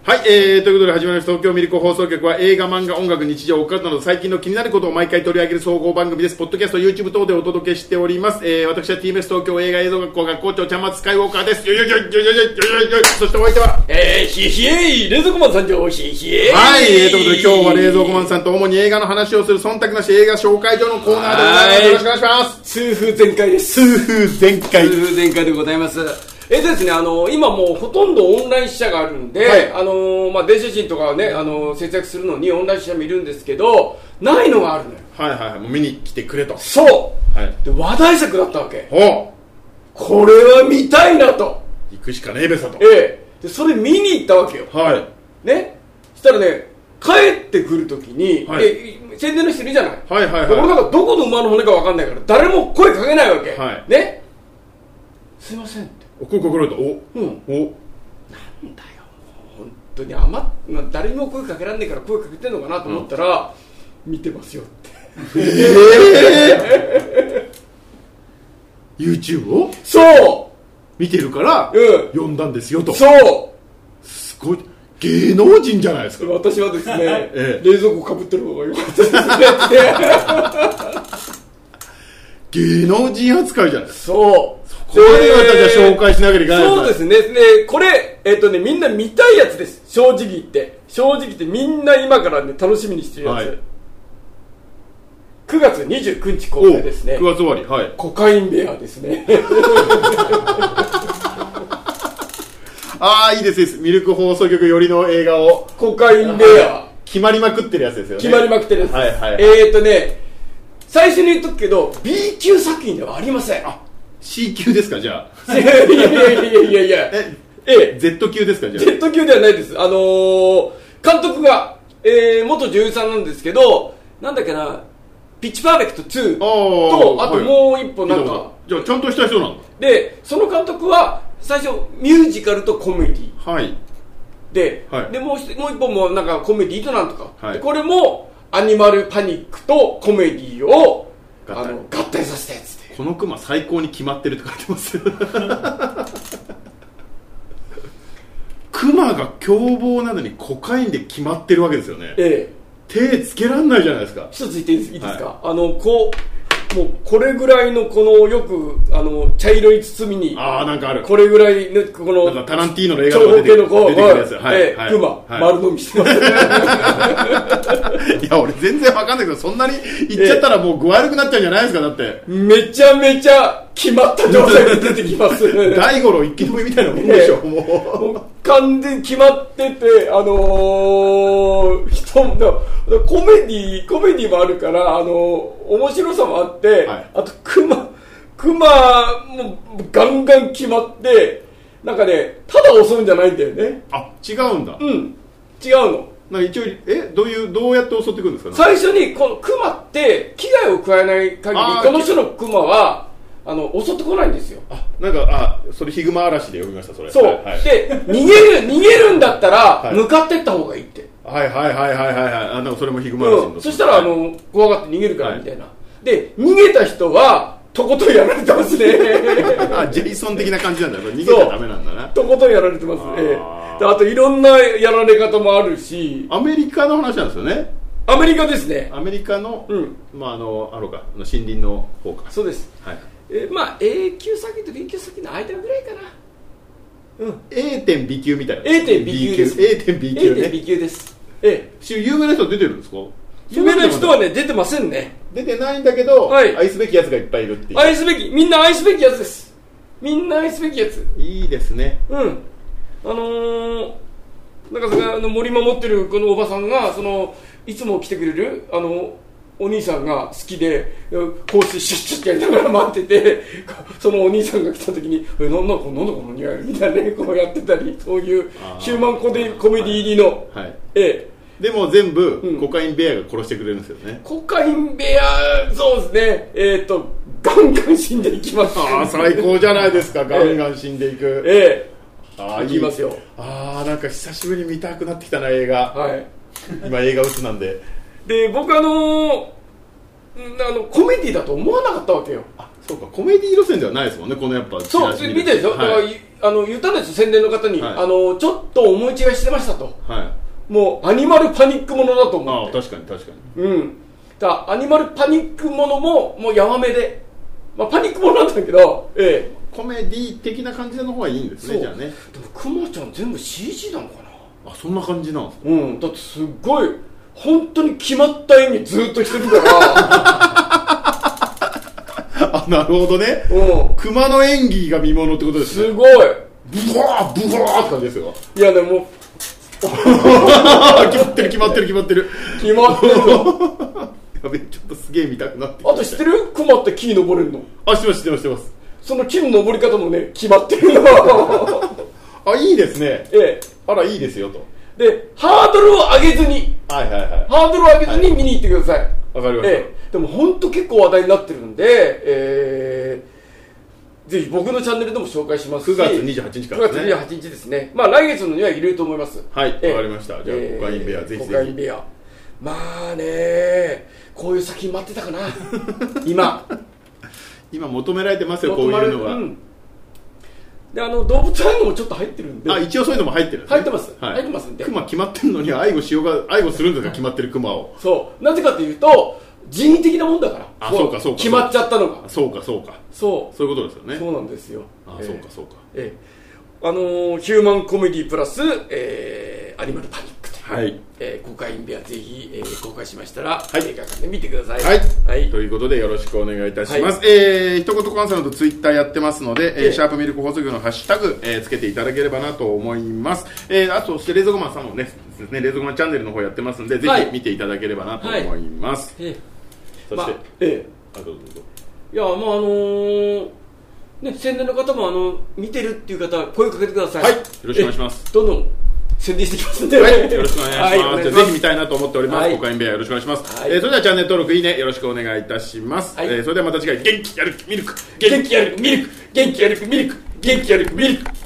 はい、ということで始まりました東京ミルク放送局は映画、漫画、音楽、日常、オカルトなど最近の気になることを毎回取り上げる総合番組です。ポッドキャスト、YouTube 等でお届けしております。私は TBS 東京映画映像学校学校長ちゃんまつスカイウォーカーです。よいよいよいよいよいよいよいよ。そしてお相手はひえひえ冷蔵庫マン参上ひえひえ。 はい、ということで今日は冷蔵庫マンさんと主に映画の話をする忖度なし映画紹介所のコーナーでございます。よろしくお願いします。 痛風全開です。 痛風全開。 痛風全開でございます。ですね、今もうほとんどオンライン試写があるんで、はい、電子写真とかをね、節約するのにオンライン試写もいるんですけど、ないのがあるのよ。 はいはいはい、もう見に来てくれと。 そう、はい、で話題作だったわけ。これは見たいなと。 行くしかねえべさと。 でそれ見に行ったわけよ。 はい。 ね、そしたらね、帰ってくるときに、はい、宣伝の人いるじゃない。 はいはいはい。 俺なんかどこの馬の骨か分かんないから誰も声かけないわけ。 はい。 ね、すいませんって。 声かけられた。 なんだよ、もう本当に誰にも声かけられないから声かけてんのかなと思ったら、見てますよって。 YouTube をそう見てるから、呼んだんですよと。 そうすごい芸能人じゃないですか。 私はですね、冷蔵庫かぶってる方が良かったですね。 芸能人扱いじゃないですか。 そう。 これはじゃあ紹介しなきゃいけない。 そうですね。これみんな見たいやつです。正直言ってみんな今からね楽しみにしてるやつ。はい、9月29日公開ですね。 9月終わり。はい。 コカインベアですね。 ああ、いいですいいです。ミルク放送局寄りの映画を。 コカインベア。 決まりまくってるやつですよね。 決まりまくってるやつ。 はいはい。 最初に言っとくけど B 級作品ではありません。 C 級ですか、じゃあ。 いや Z 級ですか、じゃあ。 Z 級ではないです。監督が、元女優さんなんですけど、なんだっけな、ピッチパーフェクト2と、あともう一本なんか。 じゃあちゃんとした人なんだ。 で、その監督は最初ミュージカルとコメディ。 はい。 で、 はい、 でもう一本もなんかコメディとなんとか。 はい、 これもアニマルパニックとコメディを合体させたやつで。 このクマ最高に決まってるって書いてますよ。クマが凶暴なのにコカインで決まってるわけですよね。手つけらんないじゃないですか。 一つ言っていいですか、はい、もうこれぐらいのこのよく茶色い包みになんかあるこれぐらいのこのなんかタランティーノの映画が出てくるやつ。 クマ丸飲みしてます。 いや俺全然わかんないけど、そんなに言っちゃったらもう具悪くなっちゃうんじゃないですか。だってめちゃめちゃ決まった状態で出てきます。 大五郎一気飲みみたいなもんでしょ。もう完全に決まってて、コメディもあるから面白さもあって、はい、あとクマもガンガン決まって、なんかね、ただ襲うんじゃないんだよね。 違うんだ。 違うの。 一応どうやって襲ってくるんですかね。 最初にこのクマって危害を加えない限りこの種のクマは襲ってこないんですよ。 なんかそれヒグマ嵐で読みました。それそう、はい、で逃げるんだったら向かってった方がいいって。はいなんかそれもヒグマ嵐の、 そしたら怖がって逃げるからみたいな、で逃げた人はとことんやられてますね。 ジェイソン的な感じなんだ。逃げちゃダメなんだな。 とことんやられてますね。あといろんなやられ方もあるし。 アメリカの話なんですよね。 アメリカですね。 アメリカの、森林の方か。 そうです。はい。A 級先と B 級先の間ぐらいかな。 A 点 B 級みたいな。 A 点 B 級です。 A 点 B 級ね。 A 点 B 級です。 有名な人出てるんですか。 有名な人はね出てませんね。 出てないんだけど、愛すべきやつがいっぱいいるっていう。 みんな愛すべきやつです。みんな愛すべきやつ。 いいですね。 なんか森守ってるこのおばさんがいつも来てくれるお兄さんが好きで、こうしてシュッシュッてやりながら待ってて、そのお兄さんが来た時になんだこの匂いみたいなね、こうやってたり、そういうヒューマンコメディ入りの、 でも全部、コカインベアが殺してくれるんですよね。 コカインベア、そうですね。ガンガン死んでいきます。 最高じゃないですか。ガンガン死んでいく。 いきますよ。 なんか久しぶりに見たくなってきたな、映画。今映画うつなんで。 で僕コメディだと思わなかったわけよ。 そうか、コメディ路線ではないですもんね。このやっぱそう見てるでしょ。だから言ったんです宣伝の方に、 はいちょっと思い違いしてましたと、 はい。 もうアニマルパニックものだと思って。 確かに確かに。 アニマルパニックものももうヤワめで、まあ、パニックものなんだけど、 コメディ的な感じの方がいいんですね。じゃあね。でもクマちゃん全部 CG なのかな。 そんな感じなんですか。 だってすっごい本当に決まった演技ずっとしてるからなるほどね。熊の演技が見ものってことですね。 すごいブワーブワーって感じですよ。 いやでも決まってるのやべ、ちょっとすげえ見たくなってきた。 あと知ってる？クマって木登れるの。 知ってます。 その木の登り方もね決まってるのいいですね。あら、いいですよと。 でハードルを上げずに、ハードルを上げずに見に行ってください。 わかりました。 でも本当結構話題になってるんで、ぜひ僕のチャンネルでも紹介しますし、 9月28日からですね。 9月28日ですね。まあ来月のには入れると思います。 はい、わかりました。じゃあコカインベアぜひぜひ。 コカインベア、まあね、こういう作品待ってたかな今求められてますよ、こういうのは。 で動物愛護もちょっと入ってるんで。 一応そういうのも入ってるんですね。 入ってますんで。 クマ決まってるのに愛護するんですか、決まってるクマを。 そうなぜかというと人為的なもんだから。 そうか決まっちゃったのが。 そういうことですよね。 そうなんですよ。 そうか。 ヒューマンコメディプラス、アニマルパニックという、コカインベアぜひ、公開しましたら、映画館で見てください。 ということでよろしくお願いいたします。一言感想などツイッターやってますので、シャープミルク放送局のハッシュタグ、つけていただければなと思います。あとそして冷蔵庫マンさんもね、冷蔵庫マンチャンネルの方やってますので、ぜひ見ていただければなと思います。そして、どうぞ。 いや、宣伝の方も見てるっていう方は声かけてください。 よろしくお願いします。 どんどん宣伝してきますんで、 よろしくお願いします。ぜひ見たいなと思っております。コカインベアよろしくお願いします。それではチャンネル登録いいねよろしくお願いいたします。それではまた次回元気やる気ミルク、元気やる気ミルク、元気やる気ミルク、元気やる気ミルク。